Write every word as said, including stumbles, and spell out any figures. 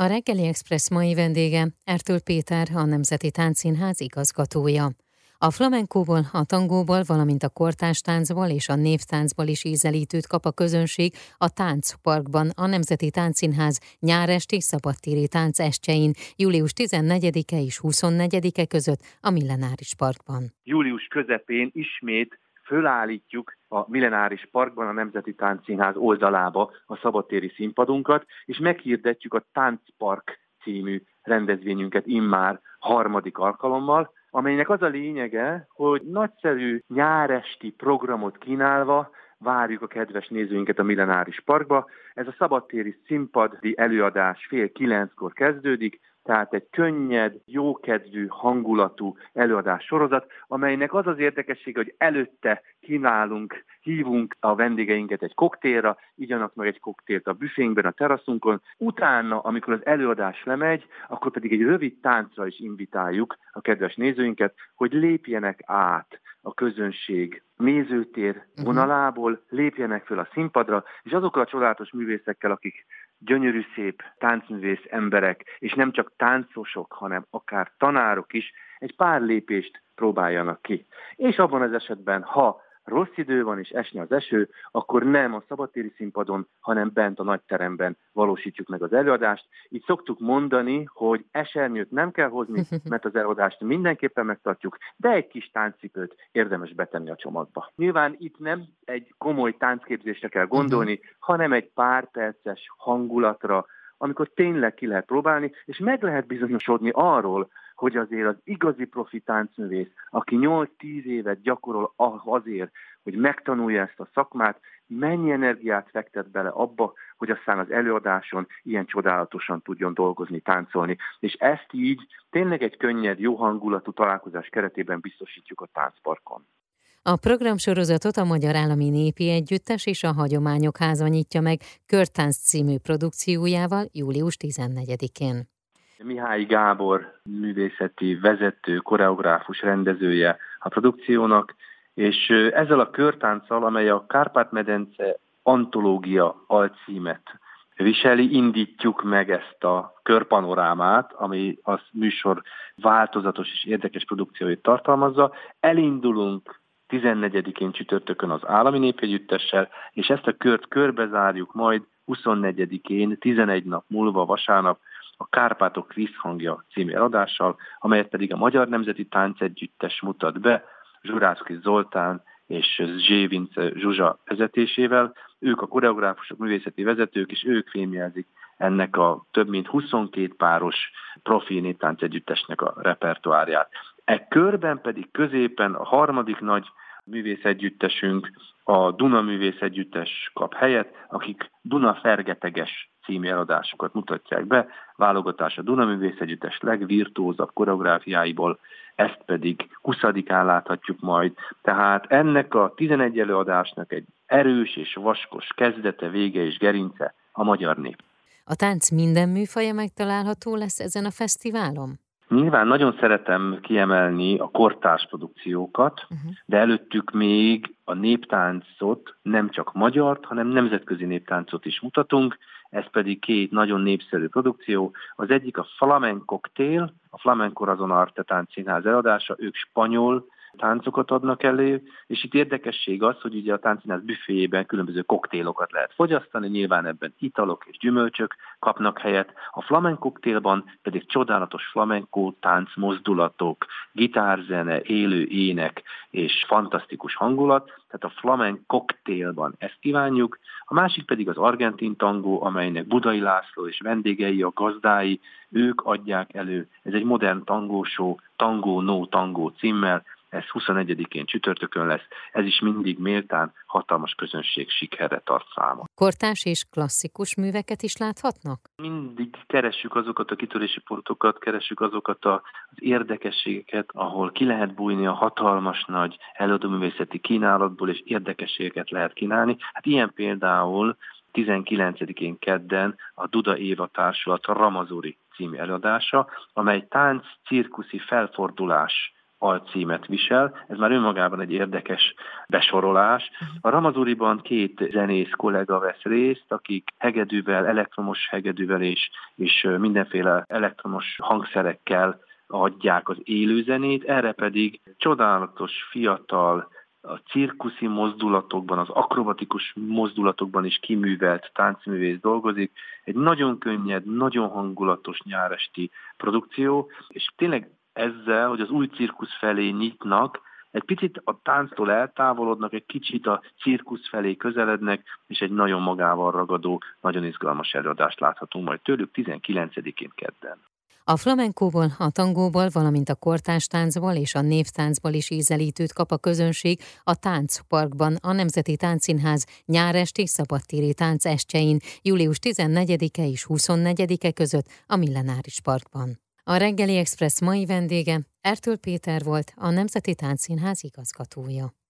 A Reggeli Express mai vendége Ertl Péter, a Nemzeti Táncszínház igazgatója. A flamenkóból, a tangóból, valamint a kortárs táncból és a névtáncból is ízelítőt kap a közönség a Táncparkban, a Nemzeti Táncszínház nyáresti szabadtéri tánc estjein, július tizennegyedike és huszonnegyedike között a Millenáris Parkban. Július közepén ismét fölállítjuk a Millenáris Parkban, a Nemzeti Táncszínház oldalába a szabadtéri színpadunkat, és meghirdetjük a Táncpark című rendezvényünket immár harmadik alkalommal, amelynek az a lényege, hogy nagyszerű nyáresti programot kínálva várjuk a kedves nézőinket a Millenáris Parkba. Ez a szabadtéri színpadi előadás fél kilenckor kezdődik, tehát egy könnyed, jókedvű, hangulatú előadás sorozat, amelynek az az érdekessége, hogy előtte kínálunk, hívunk a vendégeinket egy koktélra, igyanak meg egy koktélt a büfénkben, a teraszunkon. Utána, amikor az előadás lemegy, akkor pedig egy rövid táncra is invitáljuk a kedves nézőinket, hogy lépjenek át a közönség nézőtér vonalából, lépjenek föl a színpadra, és azokkal a csodálatos művészekkel, akik gyönyörű szép táncművész emberek, és nem csak táncosok, hanem akár tanárok is, egy pár lépést próbáljanak ki. És abban az esetben, ha rossz idő van és esne az eső, akkor nem a szabadtéri színpadon, hanem bent a nagyteremben valósítjuk meg az előadást. Így szoktuk mondani, hogy esernyőt nem kell hozni, mert az előadást mindenképpen megtartjuk, de egy kis táncipőt érdemes betenni a csomagba. Nyilván itt nem egy komoly táncképzésre kell gondolni, hanem egy pár perces hangulatra, amikor tényleg ki lehet próbálni, és meg lehet bizonyosodni arról, hogy azért az igazi profi táncművész, aki nyolc-tíz évet gyakorol azért, hogy megtanulja ezt a szakmát, mennyi energiát fektet bele abba, hogy aztán az előadáson ilyen csodálatosan tudjon dolgozni, táncolni. És ezt így tényleg egy könnyed, jó hangulatú találkozás keretében biztosítjuk a Táncparkon. A programsorozatot a Magyar Állami Népi Együttes és a Hagyományok Háza nyitja meg Körtánc című produkciójával július tizennegyedikén. Mihályi Gábor művészeti vezető, koreográfus, rendezője a produkciónak, és ezzel a körtánccal, amely a Kárpát-medence antológia alcímet viseli, indítjuk meg ezt a körpanorámát, ami a műsor változatos és érdekes produkcióit tartalmazza. Elindulunk tizennegyedikén csütörtökön az Állami Népi Együttessel, és ezt a kört körbezárjuk majd huszonnegyedikén, tizenegy nap múlva vasárnap a Kárpátok Vízhangja című eladással, amelyet pedig a Magyar Nemzeti Táncegyüttes mutat be, Zsurászki Zoltán és Zsé Vince Zsuzsa vezetésével. Ők a koreográfusok, művészeti vezetők, és ők fémjelzik ennek a több mint huszonkét páros profi néptáncegyüttesnek a repertoárját. E körben pedig középen a harmadik nagy művészegyüttesünk, a Duna Művészegyüttes kap helyet, akik Duna Fergeteges című eladásokat mutatják be, válogatás a Duna Művészegyüttes legvirtuózabb koreográfiáiból, ezt pedig huszadikán láthatjuk majd. Tehát ennek a tizenegy előadásnak egy erős és vaskos kezdete, vége és gerince a magyar nép. A tánc minden műfaja megtalálható lesz ezen a fesztiválon? Nyilván nagyon szeretem kiemelni a kortárs produkciókat, uh-huh. de előttük még a néptáncot, nem csak magyart, hanem nemzetközi néptáncot is mutatunk, ez pedig két nagyon népszerű produkció. Az egyik a Flamenco Cocktail, a Flamenco Razón Arte Táncszínház eladása, ők spanyol táncokat adnak elő, és itt érdekesség az, hogy ugye a táncszínház büféjében különböző koktélokat lehet fogyasztani, nyilván ebben italok és gyümölcsök kapnak helyet, a flamenco cocktailban pedig csodálatos flamenco tánc mozdulatok, gitárzene, élő ének és fantasztikus hangulat, tehát a flamenco cocktailban ezt kívánjuk, a másik pedig az argentin tangó, amelynek Budai László és vendégei, a gazdái, ők adják elő. Ez egy modern tangóshow, Tango No Tango címmel, ez huszonegyedikén csütörtökön lesz, ez is mindig méltán hatalmas közönség sikerre tart számon. Kortárs és klasszikus műveket is láthatnak? Mindig keressük azokat a kitörési pontokat, keressük azokat az érdekességeket, ahol ki lehet bújni a hatalmas nagy előadóművészeti kínálatból, és érdekességeket lehet kínálni. Hát ilyen például tizenkilencedikén kedden a Duda Éva Társulat Ramazuri című előadása, amely tánc cirkuszi felfordulás alcímet visel. Ez már önmagában egy érdekes besorolás. A Ramazuriban két zenész kollega vesz részt, akik hegedűvel, elektromos hegedűvel és, és mindenféle elektromos hangszerekkel adják az élőzenét, erre pedig csodálatos, fiatal, a cirkuszi mozdulatokban, az akrobatikus mozdulatokban is kiművelt táncművész dolgozik. Egy nagyon könnyed, nagyon hangulatos nyáresti produkció, és tényleg ezzel, hogy az új cirkusz felé nyitnak, egy picit a tánctól eltávolodnak, egy kicsit a cirkusz felé közelednek, és egy nagyon magával ragadó, nagyon izgalmas előadást láthatunk majd tőlük tizenkilencedikén kedden. A flamenkóból, a tangóból, valamint a kortárs táncból és a névtáncból is ízelítőt kap a közönség a Táncparkban, a Nemzeti Táncszínház nyáresti szabadtéri táncestjein július tizennegyedike és huszonnegyedike között a Millenáris Parkban. A Reggeli Express mai vendége Ertl Péter volt, a Nemzeti Táncszínház igazgatója.